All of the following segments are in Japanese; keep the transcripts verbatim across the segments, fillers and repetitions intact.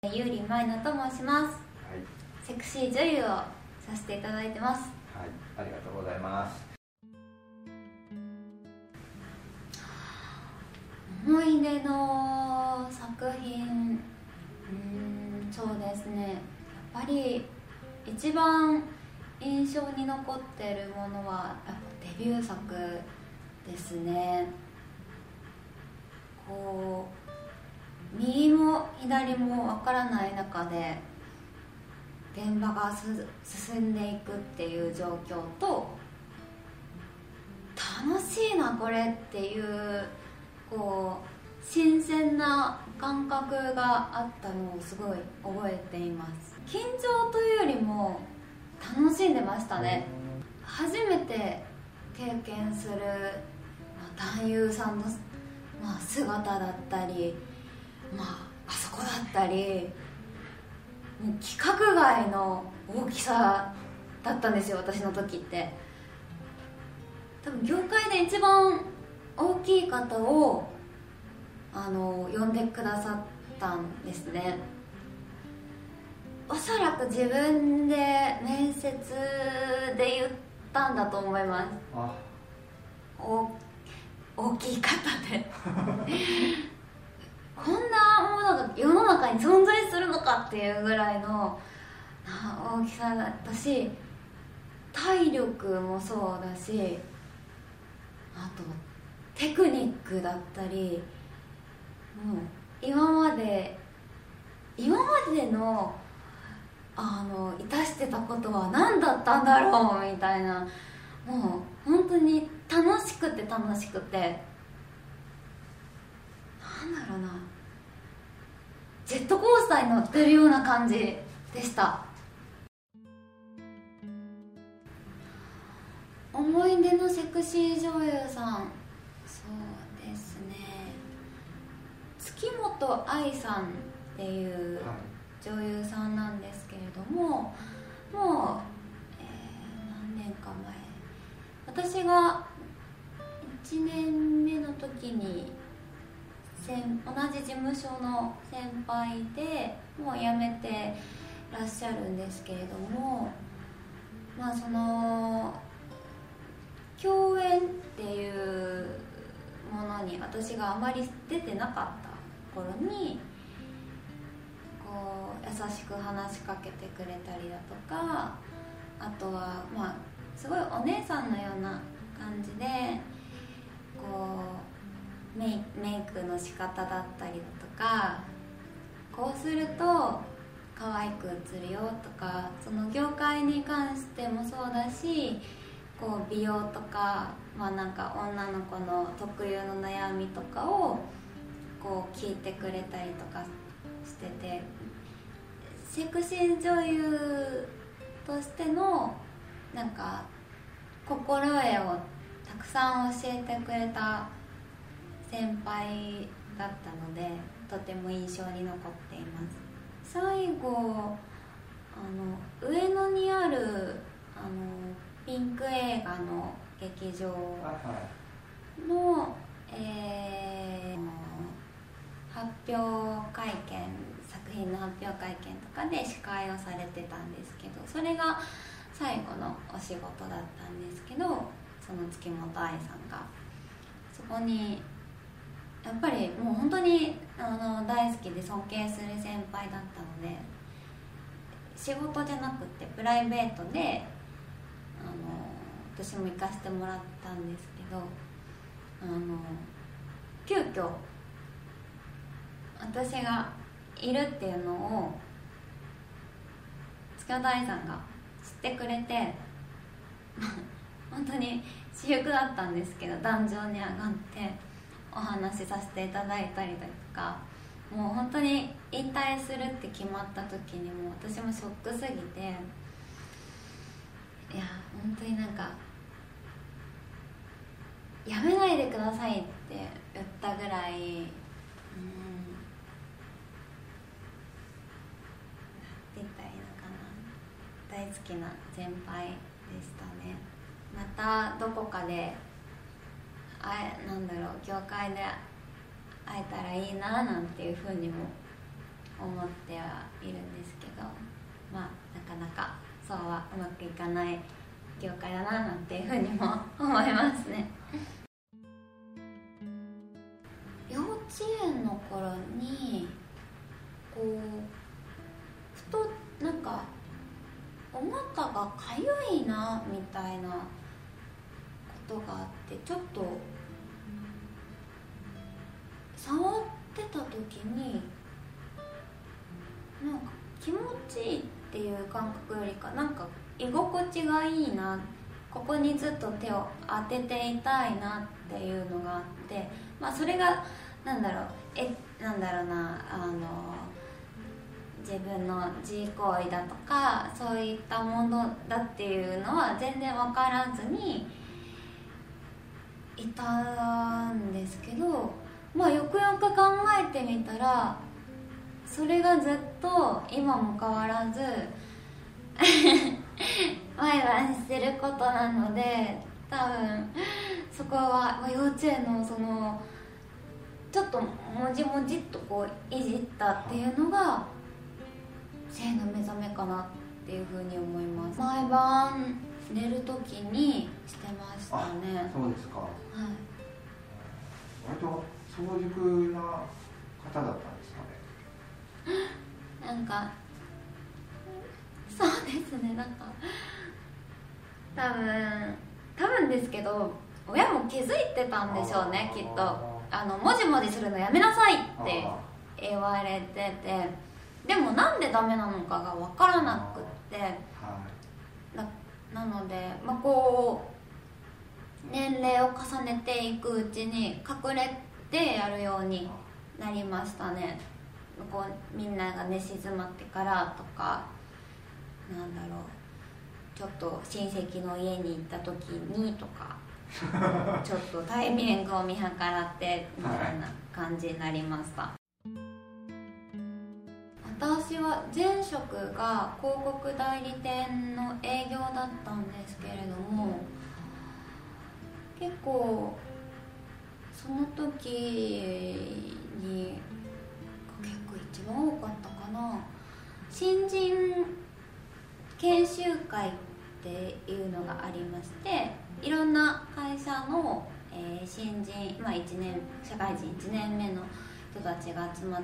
ゆうりんまいなと申します。 はい、 セクシー女優をさせていただいてます。 はい、ありがとうございます。 思い出の作品、うーんそうですね、やっぱり一番印象に残っているものはやっぱデビュー作ですね。こう右も左もわからない中で現場が進んでいくっていう状況と、楽しいなこれっていうこう新鮮な感覚があったのをすごい覚えています。緊張というよりも楽しんでましたね。初めて経験する、まあ、男優さんの、まあ、姿だったり、まあ、あそこだったり、もう規格外の大きさだったんですよ、私の時って。多分業界で一番大きい方をあの呼んでくださったんですね。おそらく自分で面接で言ったんだと思います。 あ、 お大きい方でこんなものが世の中に存在するのかっていうぐらいの大きさだったし、体力もそうだし、あとテクニックだったり、もう今まで今までのあのいたしてたことは何だったんだろうみたいな、もう本当に楽しくて楽しくて、なんだろうな、ジェットコースターに乗ってるような感じでした。思い出のセクシー女優さん、そうですね、月本愛さんっていう女優さんなんですけれども、もう、えー、何年か前、私がいちねんめの時に同じ事務所の先輩で、もう辞めてらっしゃるんですけれども、まあその共演っていうものに私があまり出てなかった頃に、こう優しく話しかけてくれたりだとか、あとはまあすごいお姉さんのような感じで、こうメイ、メイクの仕方だったりだとか、こうすると可愛く映るよとか、その業界に関してもそうだし、こう美容とか、まあ、なんか女の子の特有の悩みとかをこう聞いてくれたりとかしてて、セクシー女優としてのなんか心得をたくさん教えてくれた先輩だったので、とても印象に残っています。最後、あの上野にあるあのピンク映画の劇場の、えー、発表会見、作品の発表会見とかで司会をされてたんですけど、それが最後のお仕事だったんですけど、その月本愛さんがそこにやっぱりもう本当にあの大好きで尊敬する先輩だったので、仕事じゃなくてプライベートであの私も行かせてもらったんですけど、あの急遽私がいるっていうのを月本愛さんが知ってくれて本当に私服だったんですけど、壇上に上がってお話しさせていただいたりだとか、もう本当に引退するって決まった時にもう私もショックすぎて、いや本当になんかやめないでくださいって言ったぐらい、うん、なんて言ったらいいのかな、大好きな先輩でしたね。またどこかであなんだろう業界で会えたらいいななんていうふうにも思ってはいるんですけど、まあなかなかそうはうまくいかない業界だななんていうふうにも思いますね。幼稚園の頃にこうふとなんかお股がかゆいなみたいなことがあって、ちょっと触ってた時になんか気持ちいいっていう感覚よりか、なんか居心地がいいな、ここにずっと手を当てていたいなっていうのがあって、まあそれがなんだろうえなんだろうなあの自分の自慰行為だとかそういったものだっていうのは全然分からずにいたんですけど、まあよくよく考えてみたらそれがずっと今も変わらず毎晩してることなので、多分そこは幼稚園のそのちょっともじもじっとこういじったっていうのが性の目覚めかなっていうふうに思います。毎晩寝るときにしてましたね。 そうですか。はい。割と早熟な方だったんですかね。 なんかそうですね、なんか多分多分ですけど親も気づいてたんでしょうね、きっと。あのもじもじするのやめなさいって言われてて、でもなんでダメなのかが分からなくって、な, なので、まあ、こう年齢を重ねていくうちに隠れてやるようになりましたね。こうみんなが寝静まってからとか、なんだろう、ちょっと親戚の家に行った時にとかちょっとタイミングを見計らってみたいな感じになりました。はい、私は前職が広告代理店の営業だったんですけれども、結構その時に結構一番多かったかな、新人研修会っていうのがありまして、いろんな会社の、えー、新人、まあ、いちねん社会人いちねんめの人たちが集まって、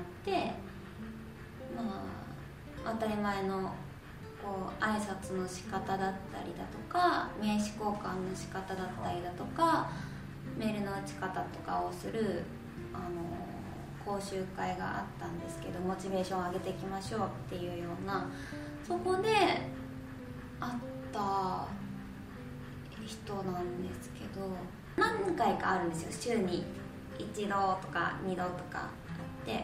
まあ、当たり前のこう挨拶の仕方だったりだとか、名刺交換の仕方だったりだとか、メールの打ち方とかをするあの講習会があったんですけど、モチベーションを上げていきましょうっていうような、そこで会った人なんですけど、何回かあるんですよ。週に一度とか二度とかあって、で、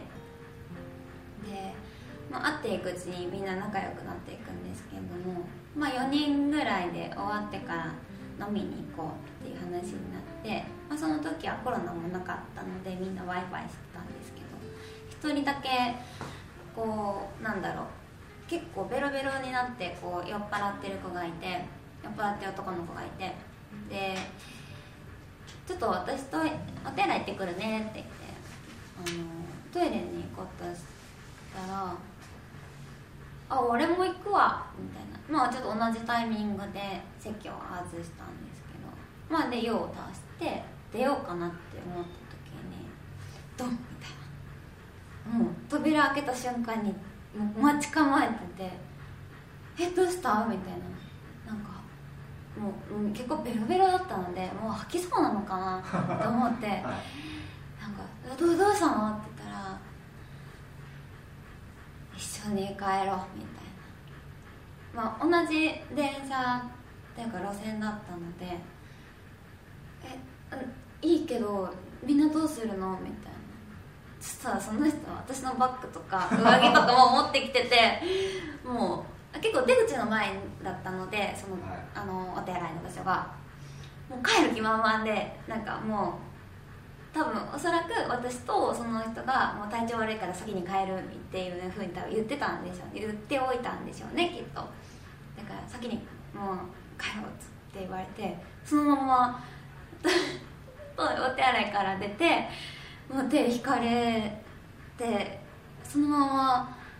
まあ、会っていくうちにみんな仲良くなっていくんですけれども、まあ、よにんぐらいで終わってから飲みに行こうっていう話になって、まあ、その時はコロナもなかったのでみんなワイワイしてたんですけど、一人だけこうなんだろう、結構ベロベロになってこう酔っ払ってる子がいて、酔っ払ってる男の子がいて、でちょっと私とお手洗い行ってくるねって言って、あのトイレに行こうとしたら、あ、俺も行くわみたいな、まあちょっと同じタイミングで席を外したんですけど、まあで用を足して出ようかなって思った時にドンみたいな、もう扉開けた瞬間にもう待ち構えてて、えどうしたみたいな、なんかもう、うん、結構ベロベロだったのでもう吐きそうなのかなと思って、はい、なんかどうどうしたのって言ったら、一緒に帰ろうみたいな、まあ同じ電車っていうか路線だったので、えいいけどみんなどうするのみたいな。そしたらその人は私のバッグとか上着とかも持ってきててもう結構出口の前だったので、その、はい、あのお手洗いの場所がもう帰る気満々で、なんかもう多分おそらく私とその人がもう体調悪いから先に帰るっていう風に多分言ってたんでしょう、言っておいたんでしょうね、きっと。だから先にもう帰ろうって言われて、そのままお手洗いから出て、もう手引かれて、そのまま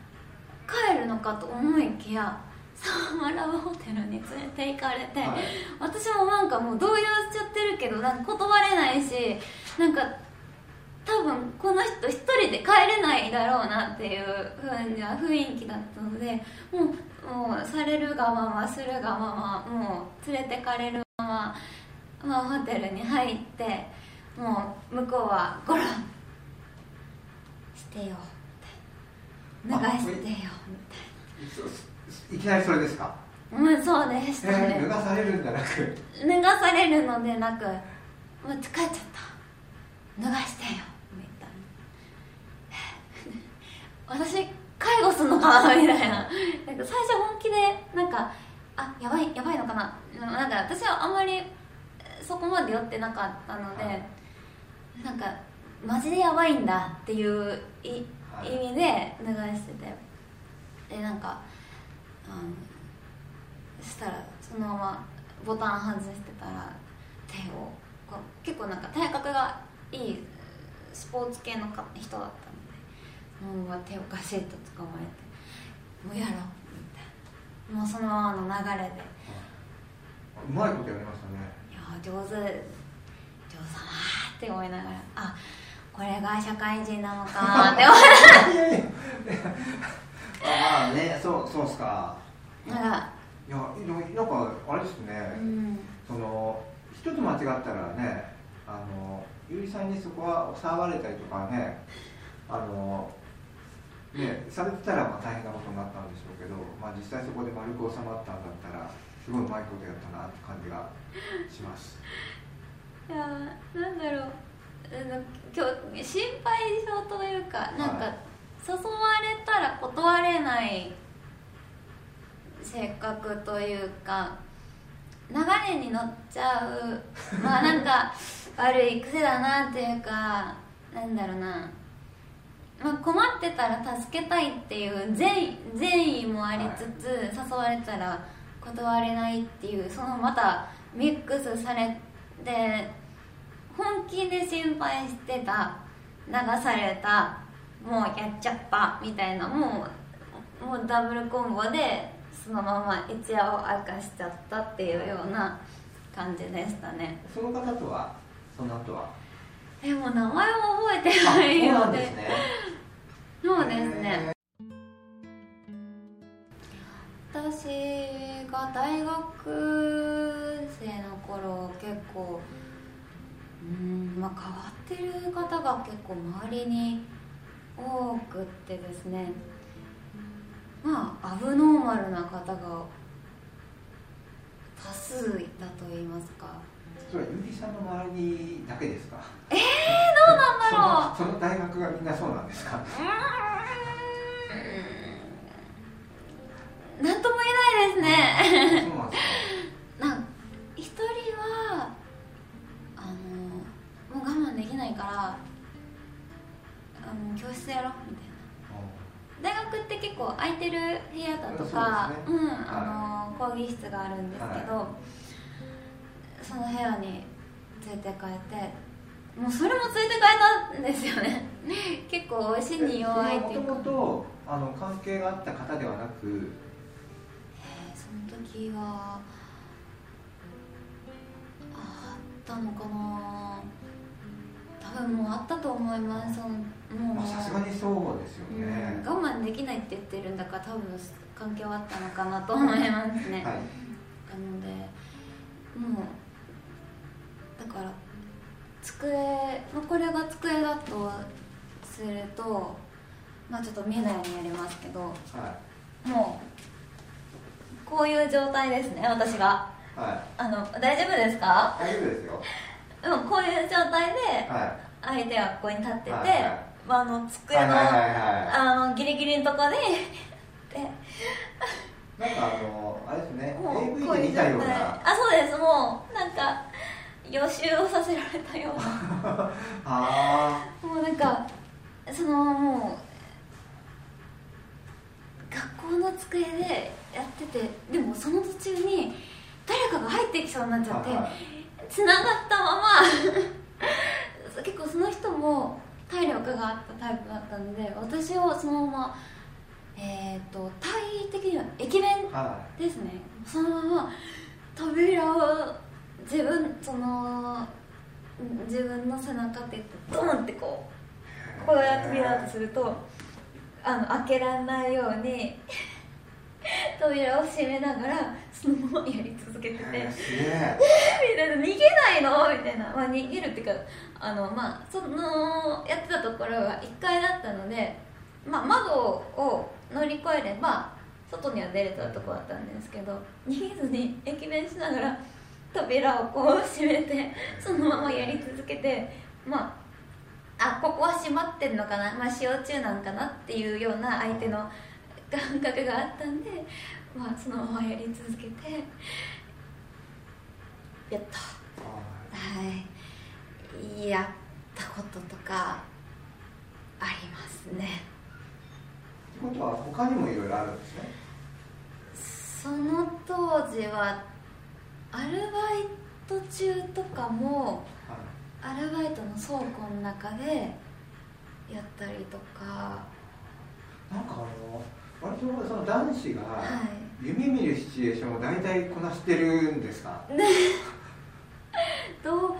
帰るのかと思いきやサマラブホテルに連れて行かれて、はい、私もなんかもう動揺しちゃってるけどなんか断れないし、なんか多分この人一人で帰れないだろうなっていう風な雰囲気だったので、もう、もうされるがままするがままもう連れてかれるまま、まあ、ホテルに入って、もう向こうはゴロンしてよみたいな、脱がしてよみたいな。 いきなりそれですか？ うん、そうでしたね。 えー、脱がされるんじゃなく脱がされるのでなく、もう疲れちゃった、脱がしてよみたいな私介護するのかなみたいな。なんか最初本気でなんかあやばいやばいのかな、なんか私はあんまりそこまで酔ってなかったので、はい、なんかマジでやばいんだっていうい、はい、意味で脱がしてて、でなんかあのそしたらそのままボタン外してたら手をこう結構なんか体格がいいスポーツ系の人だったので、そのまま手をガシッと捕まえてもうやろうみたいな、もうそのままの流れでうまいことやりましたね。 いや上手上手だなって思いながら、あこれが社会人なのかって思いああね、そうそうっすか。 なんかいやなんかあれですね、うん、その一つ間違ったらね、あのゆりさんにそこは騒がれたりとかね、あのねされてたらまあ大変なことになったんでしょうけど、まあ、実際そこで丸く収まったんだったらすごいうまいことやったなって感じがします。 いやなんだろう、今日心配性というか、なんか、はい、誘われたら断れない性格というか流れに乗っちゃうまあなんか悪い癖だなっていうか、なんだろうな、まあ、困ってたら助けたいっていう善、善意もありつつ、はい、誘われたら断れないっていう、そのまたミックスされて本気で心配してた、流された、もうやっちゃったみたいな、もう、もうダブルコンボでそのまま一夜を明かしちゃったっていうような感じでしたね。 その方とはその後はでも名前も覚えてないので、そうですね。私が大学生の頃結構うんまあ変わってる方が結構周りに多くってですね、まあアブノーマルな方が多数いたと言いますか。 それはゆりさんの周りだけですか？ えー、どうなんだろう。その、その大学がみんなそうなんですか？ うーん、なんとも言えないですね。 そうなんですか。 なん一人はあのもう我慢できないからあの教室やろうみたいな。大学って結構空いてる部屋だとか、う、ね、うん、あの、はい、講義室があるんですけど、はい、その部屋に連れて帰って、もうそれも連れて帰ったんですよね。結構死に弱いっていうか。 もともとあの関係があった方ではなく、 えー、その時はあったのかな。多分もうあったと思います。もうさすがにそうですよね、 うん、我慢できないって言ってるんだから多分関係はあったのかなと思いますね。はい、なのでもうだから机、まあ、これが机だとすると、まあ、ちょっと見えないようにやりますけど、はい、もうこういう状態ですね、私が、はい、あの大丈夫ですか？ 大丈夫ですよ。 でもこういう状態で相手がここに立ってて、はいはい、まあ、あの机の、はいはいはいはい、あのギリギリのとこででなんかあのあれですね、 エーブイ で見たような、 あ、そうです、もうなんか予習をさせられたようなあもうなんかそのもう学校の机でやってて、でもその途中に誰かが入ってきそうになっちゃって、はいはい、つながったまま結構その人も体力があったタイプだったので、私をそのままえーと体的には駅弁ですね、はい、そのまま扉を自分その自分の背中ってドンってこうこうやって扉だとするとあの開けられないように扉を閉めながらそのままやり続けてて、えー、すげえみたいな、逃げないのみたいな、まあ、逃げるっていうかあの、まあ、そのやってたところがいっかいだったので、まあ、窓を乗り越えれば外には出れたところだったんですけど、逃げずに駅弁しながら扉をこう閉めてそのままやり続けて、まあ、あここは閉まってんのかな、まあ、使用中なんかなっていうような相手の感覚があったんで、まあ、そのままやり続けてやったはいやったこととかありますね。 ってことは他にもいろいろあるんですね。 その当時はアルバイト中とかも、はい、アルバイトの倉庫の中でやったりとか、 なんかあの割とその男子が夢見るシチュエーションを大体こなしてるんですか？ねどうう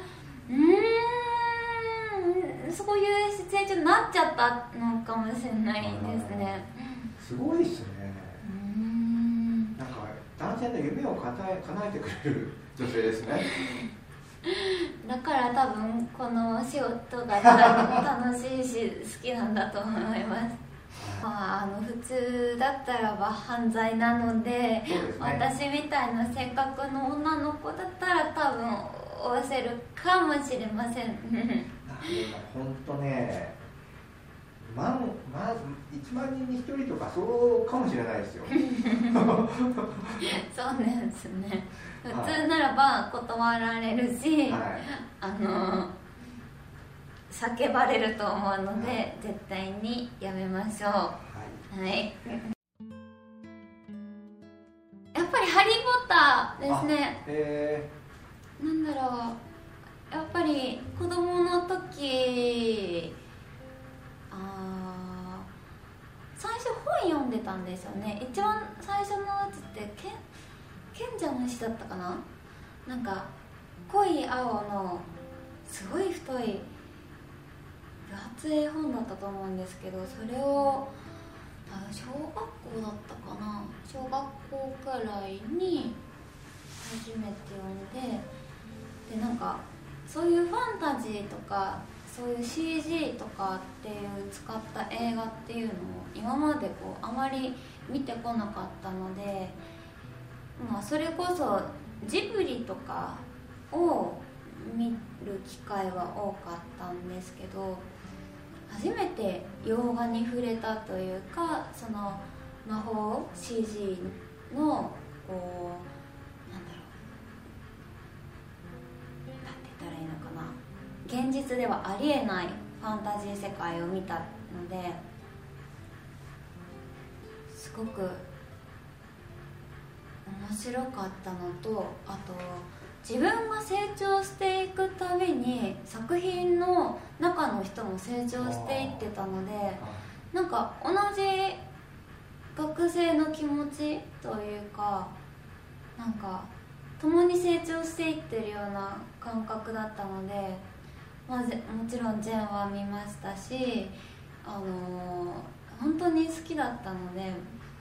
ーんそういうシチュエーションになっちゃったのかもしれないですね。 すごいですね。うーんなんか男性の夢を叶え、叶えてくれる女性ですね。 だから多分この仕事が楽しいし好きなんだと思います。まあ、あの普通だったらば犯罪なの で, で、ね、私みたいな性格の女の子だったら多分押せるかもしれません。 本当ね、まま、いちまんにんにひとりとかそうかもしれないですよ。 そうですね。普通ならば断られるし、はい、あの叫ばれると思うので、はい、絶対にやめましょう。はい、はい、やっぱりハリー・ポッターですね。えー、なんだろう、やっぱり子供の時、あ最初本読んでたんですよね。一番最初のやつって賢者の石だったかな。なんか濃い青のすごい太い分厚い本だったと思うんですけど、それを小学校だったかな、小学校くらいに初めて読んで、でなんかそういうファンタジーとかそういう シージー とかっていう使った映画っていうのを今までこうあまり見てこなかったので、まあ、それこそジブリとかを見る機会は多かったんですけど、初めて洋画に触れたというか、その魔法 シージー のこうなんだろう、なんて言ったらいいのかな、現実ではありえないファンタジー世界を見たので、すごく面白かったのと、あと自分が成長していくたびに作品の中の人も成長していってたので、なんか同じ学生の気持ちというか、なんか共に成長していってるような感覚だったので、まあ、もちろんジェンは見ましたし、あのー、本当に好きだったので、あの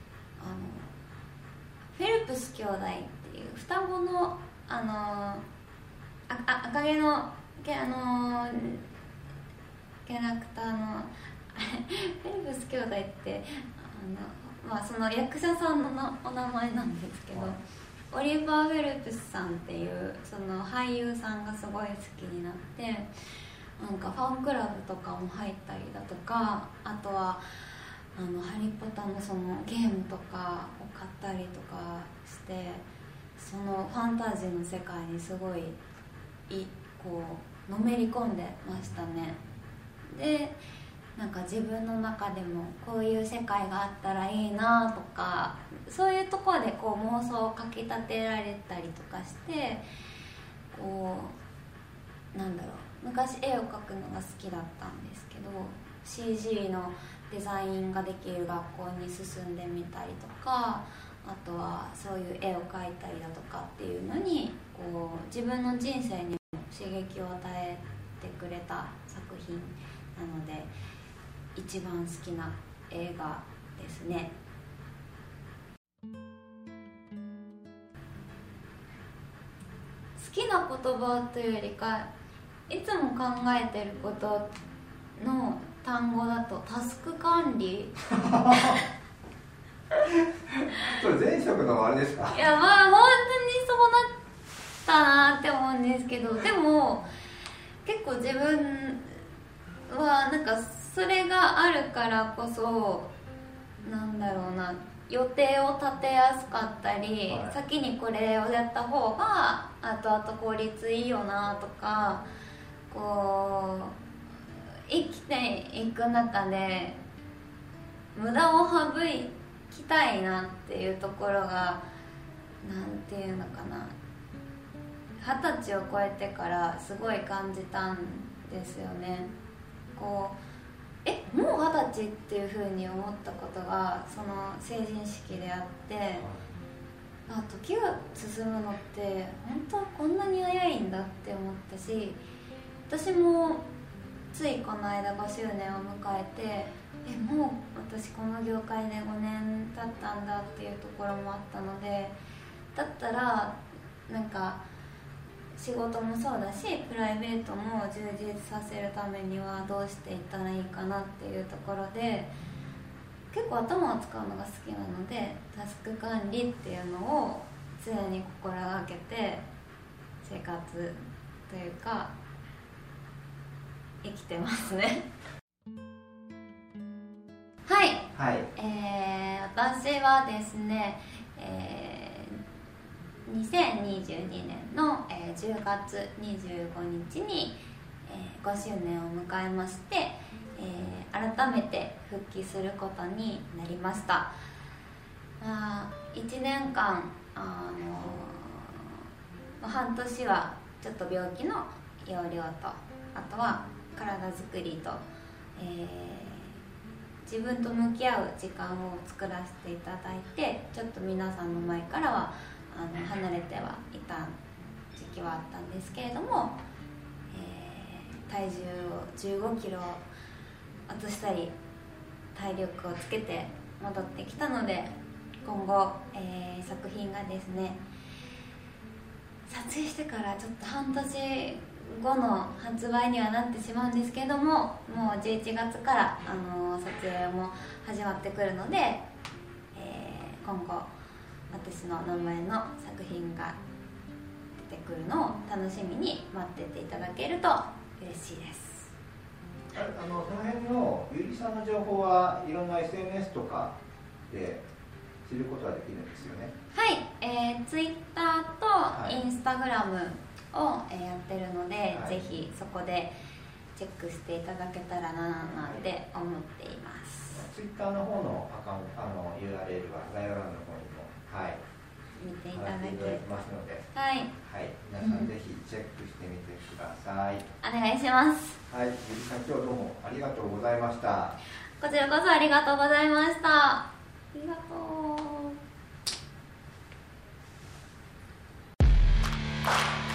フェルプス兄弟っていう双子のあのー、ああ赤毛の、あのー、キャラクターのフェルプス兄弟ってあの、まあ、その役者さんのなお名前なんですけど、オリバー・フェルプスさんっていうその俳優さんがすごい好きになって、なんかファンクラブとかも入ったりだとか、あとはあのハリー・ポッターのそのゲームとかを買ったりとかして、そのファンタジーの世界にすごいいこうのめり込んでましたね。でなんか自分の中でもこういう世界があったらいいなとか、そういうところでこう妄想をかき立てられたりとかして、こうなんだろう、昔絵を描くのが好きだったんですけど、 シージー のデザインができる学校に進んでみたりとか、あとはそういう絵を描いたりだとかっていうのにこう自分の人生にも刺激を与えてくれた作品なので一番好きな映画ですね。好きな言葉というよりかいつも考えてることの単語だとタスク管理それ前職のあれですか？ いやまあ本当にそうなったなって思うんですけど、でも結構自分はなんかそれがあるからこそなんだろうな、予定を立てやすかったり、はい、先にこれをやった方が後々効率いいよなとか、こう生きていく中で無駄を省きたいなっていうところがなんていうのかな、二十歳を超えてからすごい感じたんですよね。こうえもう二十歳っていうふうに思ったことがその成人式であって、あ時が進むのって本当はこんなに早いんだって思ったし、私もついこの間ごしゅうねんを迎えてえもう私この業界でごねん経ったんだっていうところもあったので、だったらなんか仕事もそうだしプライベートも充実させるためにはどうしていったらいいかなっていうところで結構頭を使うのが好きなので、タスク管理っていうのを常に心がけて生活というか生きてますねはい、 はい、 えー、私はですね、えー、にせんにじゅうにねんのじゅうがつにじゅうごにちにごしゅうねんを迎えまして、えー、改めて復帰することになりました。まあ、いちねんかんあの半年はちょっと病気の要領と、あとは体づくりと、えー、自分と向き合う時間を作らせていただいて、ちょっと皆さんの前からはあの離れてはいた時期はあったんですけれども、えー、体重をじゅうごキロ落としたり体力をつけて戻ってきたので、今後、えー、作品がですね撮影してからちょっと半年後の発売にはなってしまうんですけれども、もうじゅういちがつから、あのー、撮影も始まってくるので、えー、今後私の名前の作品が出てくるのを楽しみに待ってていただけると嬉しいです。 ああのその辺のゆりさんの情報はいろんな エスエヌエス とかで知ることができるんですよね。 はい、えー、Twitter と Instagram を、えー、やってるので、はい、ぜひそこでチェックしていただけたらななんて思っています。 ツイッターの方のアカウント、あの ユーアールエル は概要欄の方にも、はい、 見ていただけますので、 はい、 はい、皆さんぜひチェックしてみてください。 お願いします。 はい、ゆりさん今日どうもありがとうございました。 こちらこそありがとうございました。ありがとう。